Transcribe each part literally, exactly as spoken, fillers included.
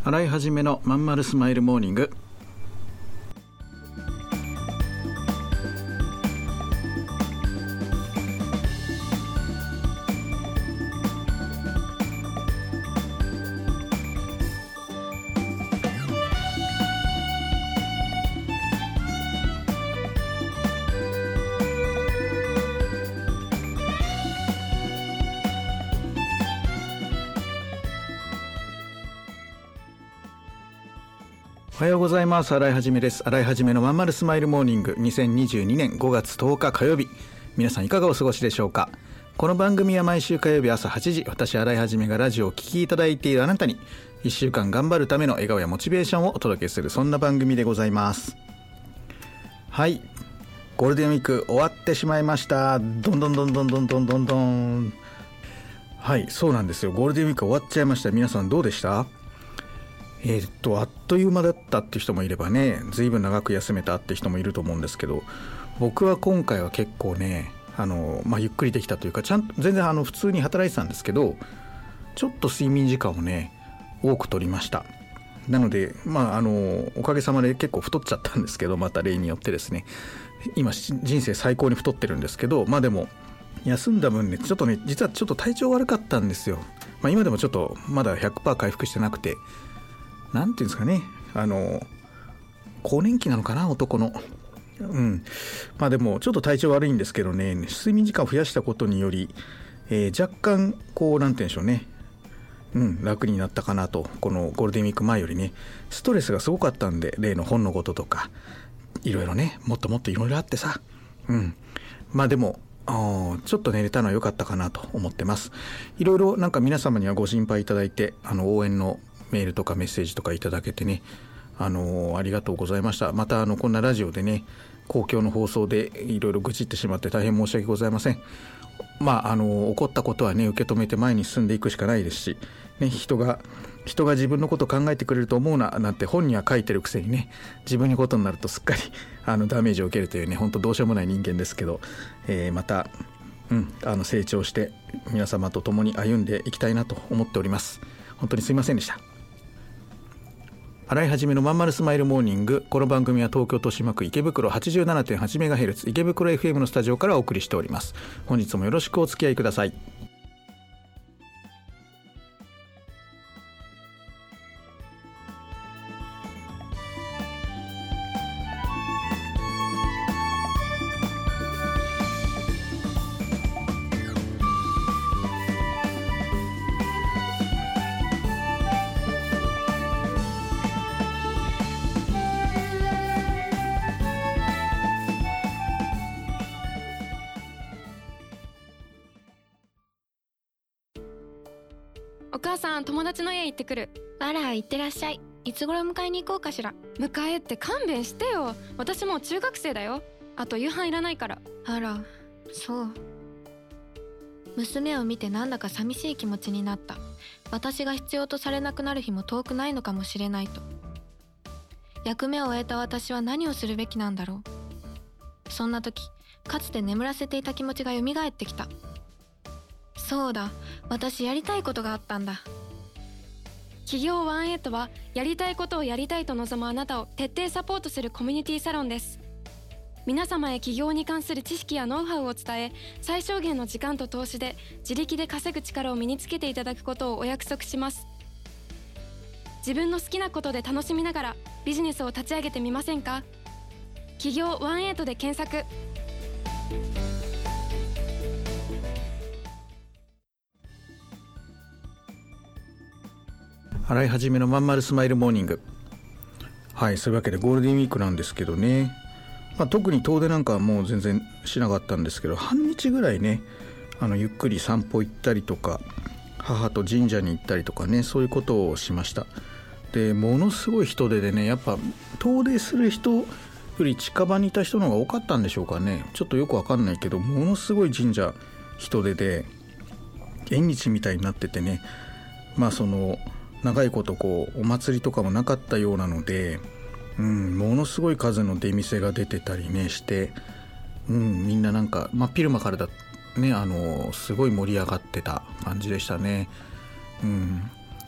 洗い始めのまんまるスマイルモーニング。おはようございます。洗いはじめです。洗いはじめのまんまるスマイルモーニング、にせんにじゅうにねんごがつとおか火曜日、皆さんいかがお過ごしでしょうか。この番組は毎週火曜日朝はちじ、私洗いはじめがラジオを聴きいただいているあなたにいっしゅうかん頑張るための笑顔やモチベーションをお届けする、そんな番組でございます。はい、ゴールデンウィーク終わってしまいました。どんどんどんどんどんどんどんどん。はい、そうなんですよ。ゴールデンウィーク終わっちゃいました。皆さんどうでした？えー、っとあっという間だったっていう人もいればね、ずいぶん長く休めたって人もいると思うんですけど、僕は今回は結構ね、あの、まあ、ゆっくりできたというか、ちゃんと全然あの普通に働いてたんですけど、ちょっと睡眠時間をね多く取りました。なので、まあ、あのおかげさまで結構太っちゃったんですけど、また例によってですね、今人生最高に太ってるんですけど、まあでも休んだ分ね、ちょっとね、実はちょっと体調悪かったんですよ。まあ、今でもちょっとまだ ひゃくパーセント 回復してなくて、なんていうんですかね、あの更年期なのかな、男の。うん。まあでもちょっと体調悪いんですけどね、睡眠時間を増やしたことにより、えー、若干こうなんていうんでしょうね、うん、楽になったかなと。このゴールデンウィーク前よりね、ストレスがすごかったんで、例の本のこととかいろいろね、もっともっといろいろあってさ、うん。まあでもあちょっと寝れたのは良かったかなと思ってます。いろいろなんか皆様にはご心配いただいて、あの応援のメールとかメッセージとかいただけてね、あのー、ありがとうございました。またあのこんなラジオでね、公共の放送でいろいろ愚痴ってしまって大変申し訳ございません。まああのー、起こったことはね、受け止めて前に進んでいくしかないですし、ね、人が人が自分のことを考えてくれると思うななんて本には書いてるくせにね、自分のことになるとすっかりあのダメージを受けるというね、本当どうしようもない人間ですけど、えー、また、うん、あの成長して皆様と共に歩んでいきたいなと思っております。本当にすいませんでした。洗いはじめのまんまるスマイルモーニング。この番組は東京豊島区池袋 はちじゅうななてんはちメガヘルツ 池袋 エフエム のスタジオからお送りしております。本日もよろしくお付き合いください。 お母さん、友達の家行ってくる。 あら、行ってらっしゃい。いつ頃迎えに行こうかしら。 迎えって勘弁してよ。私もう中学生だよ。あと夕飯いらないから。 あら、そう。娘を見てなんだか寂しい気持ちになった。私が必要とされなくなる日も遠くないのかもしれないと。役目を終えた私は何をするべきなんだろう。そんな時、かつて眠らせていた気持ちが蘇ってきた。そうだ、私やりたいことがあったんだ。 企業ワンエイトはやりたいことをやりたいと望むあなたを徹底サポートするコミュニティサロンです。皆様へ起業に関する知識やノウハウを伝え、最小限の時間と投資で自力で稼ぐ力を身につけていただくことをお約束します。自分の好きなことで楽しみながらビジネスを立ち上げてみませんか？起業ワンエイトで検索。 洗いはじめのまんまるスマイルモーニング。はい、そういうわけでゴールデンウィークなんですけどね、まあ、特に遠出なんかはもう全然しなかったんですけど、半日ぐらいね、あのゆっくり散歩行ったりとか、母と神社に行ったりとかね、そういうことをしました。で、ものすごい人出でね、やっぱ遠出する人より近場にいた人の方が多かったんでしょうかね。ちょっとよくわかんないけど、ものすごい神社人出で縁日みたいになっててね、まあその長いことこうお祭りとかもなかったようなので、うん、ものすごい数の出店が出てたりねして、うん、みんななんか真っ昼間からだね、あのすごい盛り上がってた感じでしたね。うん、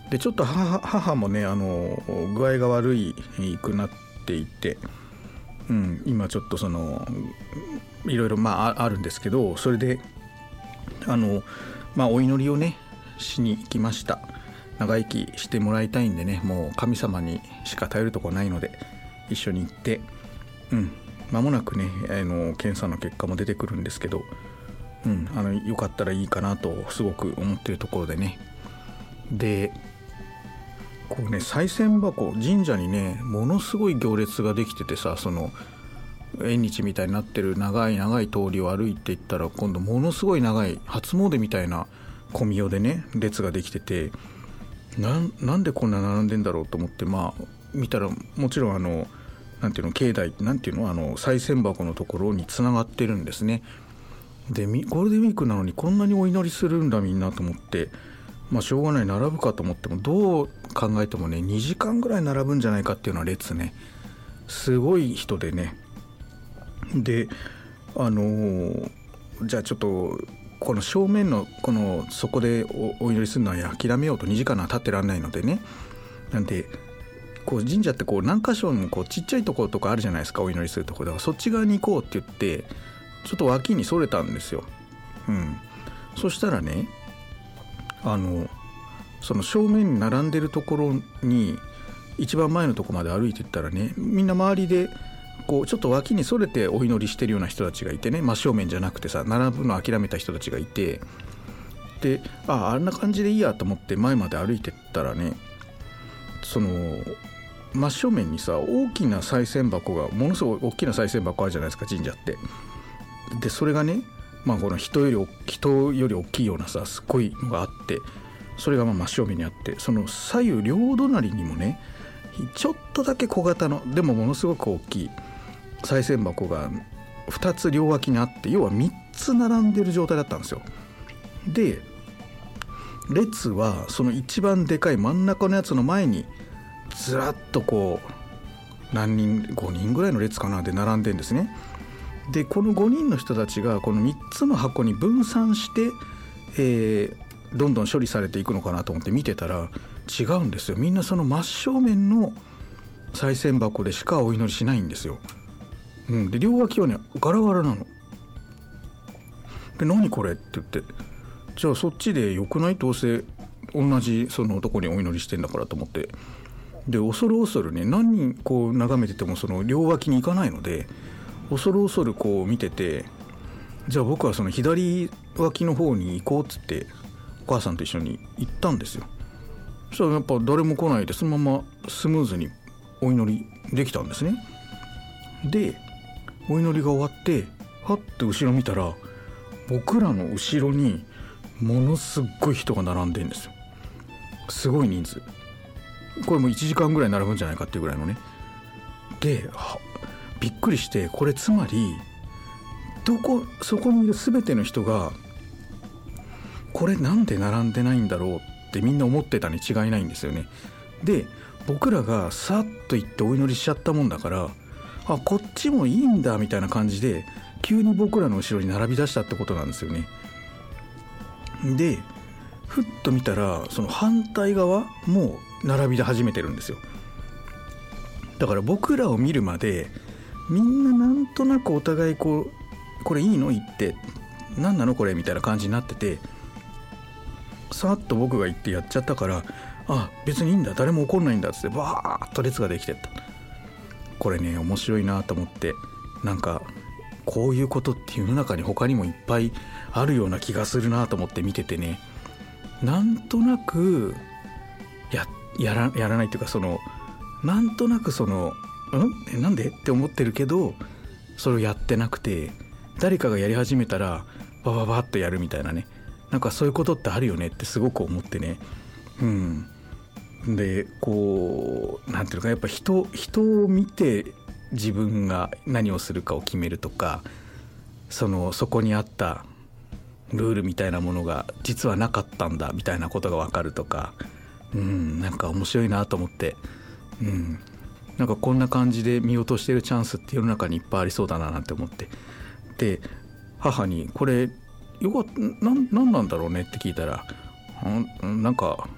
でちょっと 母, 母もねあの具合が悪いくなっていて、うん、今ちょっとそのいろいろまああるんですけど、それであの、まあ、お祈りをねしに行きました。長生きしてもらいたいんでね、もう神様にしか頼るとこないので一緒に行って、うん間もなくねあの検査の結果も出てくるんですけど、うん、あのよかったらいいかなとすごく思っているところでね。でこうね賽銭箱神社にねものすごい行列ができててさ、その縁日みたいになってる長い長い通りを歩いていったら今度ものすごい長い初詣みたいな混みよでね列ができてて、な ん, なんでこんな並んでんだろうと思ってまあ見たら、もちろんあのなんていうの境内なんていうのあの賽銭箱のところにつながってるんですね。でゴールデンウィークなのにこんなにお祈りするんだみんなと思って、まあしょうがない並ぶかと思ってもどう考えてもねにじかんぐらい並ぶんじゃないかっていうのは列ねすごい人でね。であのー、じゃあちょっとこの正面のこのそこで お, お祈りするのは諦めようと、にじかんは立ってらんないのでね、なんでこう神社ってこう何箇所もこうちっちゃいところとかあるじゃないですか、お祈りするところだから、そっち側に行こうって言ってちょっと脇にそれたんですよ。うん、そしたらねあのその正面に並んでるところに一番前のところまで歩いていったらね、みんな周りでこうちょっと脇にそれてお祈りしてるような人たちがいてね、真正面じゃなくてさ並ぶの諦めた人たちがいて、で あ, あんな感じでいいやと思って前まで歩いてったらね、その真正面にさ大きな賽銭箱がものすごい大きな賽銭箱あるじゃないですか神社って。でそれがね、まあ、この人より人より大きいようなさすっごいのがあって、それがまあ真正面にあって、その左右両隣にもねちょっとだけ小型のでもものすごく大きい賽銭箱がふたつ両脇にあって、要はみっつ並んでる状態だったんですよ。で列はその一番でかい真ん中のやつの前にずらっとこう何人ごにんぐらいの列かなで並んでんですね。でこのごにんの人たちがこのみっつの箱に分散して、えー、どんどん処理されていくのかなと思って見てたら違うんですよ。みんなその真正面の賽銭箱でしかお祈りしないんですよ。うん、で両脇はねガラガラなの。で何これって言って、じゃあそっちでよくない、どうせ同じそのとこにお祈りしてんだからと思って、で恐る恐るね何人こう眺めててもその両脇に行かないので恐る恐るこう見てて、じゃあ僕はその左脇の方に行こうっつってお母さんと一緒に行ったんですよ。そしたらやっぱ誰も来ないでそのままスムーズにお祈りできたんですね。でお祈りが終わってはって後ろ見たら僕らの後ろにものすっごい人が並んでるんですよ。すごい人数、これもういちじかんぐらい並ぶんじゃないかっていうぐらいのね。でびっくりして、これつまりどこそこにいる全ての人がこれなんで並んでないんだろうってみんな思ってたに違いないんですよね。で僕らがさっと行ってお祈りしちゃったもんだから、あこっちもいいんだみたいな感じで急に僕らの後ろに並び出したってことなんですよね。でふっと見たらその反対側も並びで始めてるんですよ。だから僕らを見るまでみんななんとなくお互いこうこれいいの言って何なのこれみたいな感じになってて、さっと僕が言ってやっちゃったから、あ別にいいんだ誰も怒んないんだっつってバーッと列ができてった。これね面白いなと思って、なんかこういうことって世の中に他にもいっぱいあるような気がするなと思って見ててね、なんとなく や, や, ら, やらないっていうか、そのなんとなくそのんえなんでって思ってるけどそれをやってなくて、誰かがやり始めたらバババッとやるみたいなね、なんかそういうことってあるよねってすごく思ってね。うんでこうなんていうかやっぱ人人を見て自分が何をするかを決めるとか、そのそこにあったルールみたいなものが実はなかったんだみたいなことが分かるとか、うんなんか面白いなと思って、うんなんかこんな感じで見落としてるチャンスって世の中にいっぱいありそうだななんて思って、で母にこれよかった な, なんなんだろうねって聞いたら、なんか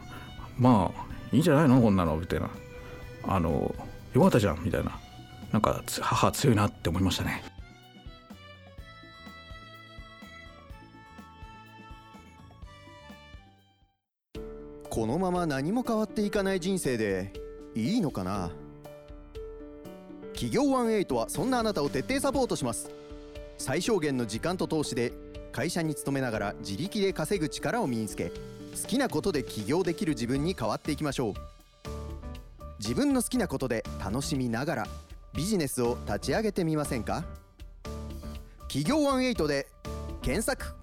まあいいんじゃないのこんなのみたいな、あのよかったじゃんみたいな、なんか母強いなって思いましたね。 このまま何も変わっていかない人生でいいのかな。企業じゅうはちはそんなあなたを徹底サポートします。最小限の時間と投資で会社に勤めながら自力で稼ぐ力を身につけ、好きなことで起業できる自分に変わっていきましょう。自分の好きなことで楽しみながらビジネスを立ち上げてみませんか。企業じゅうはちで検索。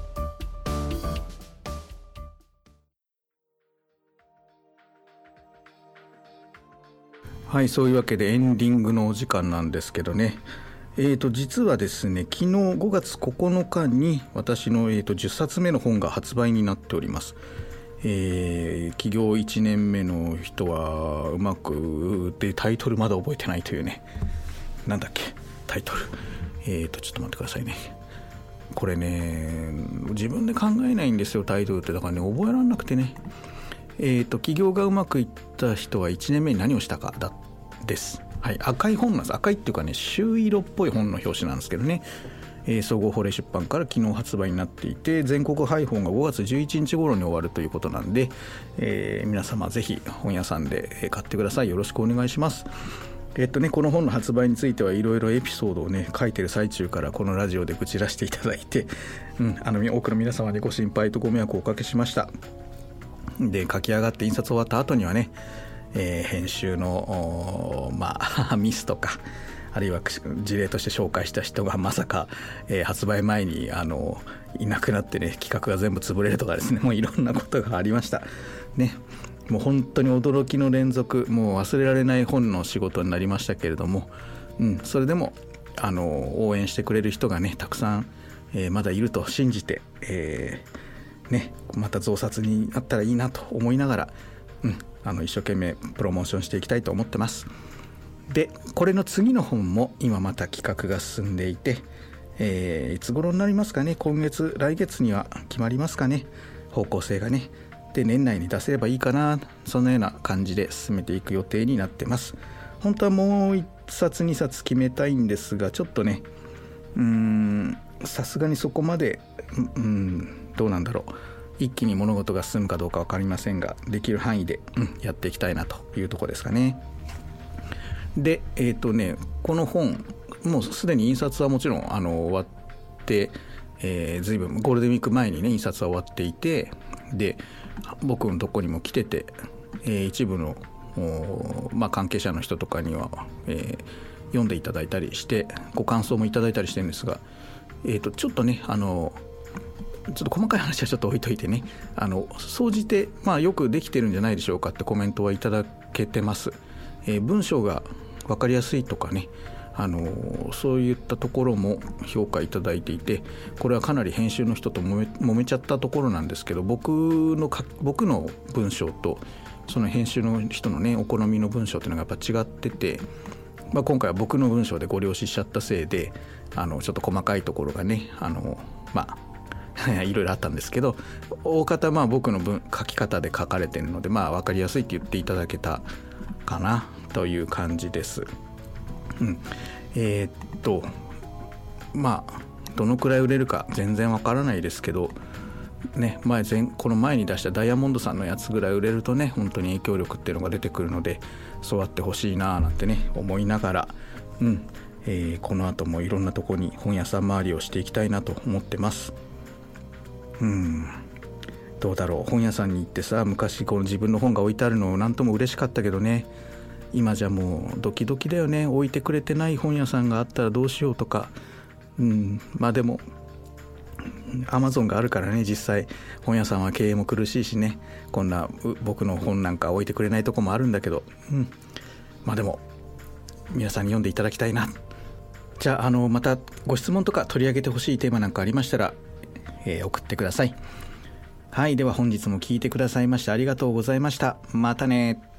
はい、そういうわけでエンディングのお時間なんですけどね、えーと実はですね、昨日ごがつここのかに私の、えーとじゅっさつめの本が発売になっております。えー、起業いちねんめの人はうまくでタイトルまだ覚えてないというね、なんだっけタイトル、えーとちょっと待ってくださいね。これね自分で考えないんですよ、タイトルって。だからね覚えられなくてね。えーと起業がうまくいった人はいちねんめに何をしたかだです。はい、赤い本なんです。赤いっていうかね朱色っぽい本の表紙なんですけどね、えー、総合法令出版から昨日発売になっていて、全国配本がごがつじゅういちにち頃に終わるということなんで、えー、皆様ぜひ本屋さんで買ってください。よろしくお願いします。えっとね、この本の発売についてはいろいろエピソードをね書いてる最中からこのラジオで愚痴らせていただいて、うん、あの多くの皆様にご心配とご迷惑をおかけしました。で書き上がって印刷終わった後にはね、えー、編集のまあミスとか、あるいは事例として紹介した人がまさか、えー、発売前にあのいなくなってね企画が全部潰れるとかですね、もういろんなことがありましたね。もう本当に驚きの連続、もう忘れられない本の仕事になりましたけれども、うん、それでもあの応援してくれる人がねたくさん、えー、まだいると信じて、えーね、また増刷になったらいいなと思いながら、うん、あの一生懸命プロモーションしていきたいと思ってます。でこれの次の本も今また企画が進んでいて、えー、いつ頃になりますかね。今月来月には決まりますかね、方向性がね。で年内に出せればいいかな、そんなような感じで進めていく予定になってます。本当はもういっさつにさつ決めたいんですが、ちょっとねうーんさすがにそこまでうーんどうなんだろう、一気に物事が進むかどうか分かりませんが、できる範囲で、うん、やっていきたいなというところですかね。でえっとねこの本もうすでに印刷はもちろんあの終わって、えー、随分ゴールデンウィーク前にね印刷は終わっていて、で僕のとこにも来てて、えー、一部の、まあ、関係者の人とかには、えー、読んでいただいたりしてご感想もいただいたりしてるんですが、えー、とちょっとねあのちょっと細かい話はちょっと置いといてね、あの総じて、まあ、よくできてるんじゃないでしょうかってコメントはいただけてます。えー、文章が分かりやすいとかね、あのそういったところも評価いただいていて、これはかなり編集の人と揉め、揉めちゃったところなんですけど、僕のか僕の文章とその編集の人のねお好みの文章っていうのがやっぱ違ってて、まあ、今回は僕の文章でご了承しちゃったせいであのちょっと細かいところがねあのまあいろいろあったんですけど、大方まあ僕の文書き方で書かれてるので、まあ分かりやすいって言っていただけたかなという感じです。うん、えー、っとまあどのくらい売れるか全然わからないですけどね、前前この前に出したダイヤモンドさんのやつぐらい売れるとね本当に影響力っていうのが出てくるので、そうやってほしいななんてね思いながら、うんえー、この後もいろんなとこに本屋さん回りをしていきたいなと思ってます。うんどうだろう、本屋さんに行ってさ、昔この自分の本が置いてあるのなんとも嬉しかったけどね、今じゃもうドキドキだよね。置いてくれてない本屋さんがあったらどうしようとか、うん、まあでもアマゾンがあるからね、実際本屋さんは経営も苦しいしね、こんな僕の本なんか置いてくれないとこもあるんだけど、うん、まあでも皆さんに読んでいただきたいな。じゃあ、あのまたご質問とか取り上げてほしいテーマなんかありましたら、えー、送ってください。はい、では本日も聞いてくださいましてありがとうございました。またね。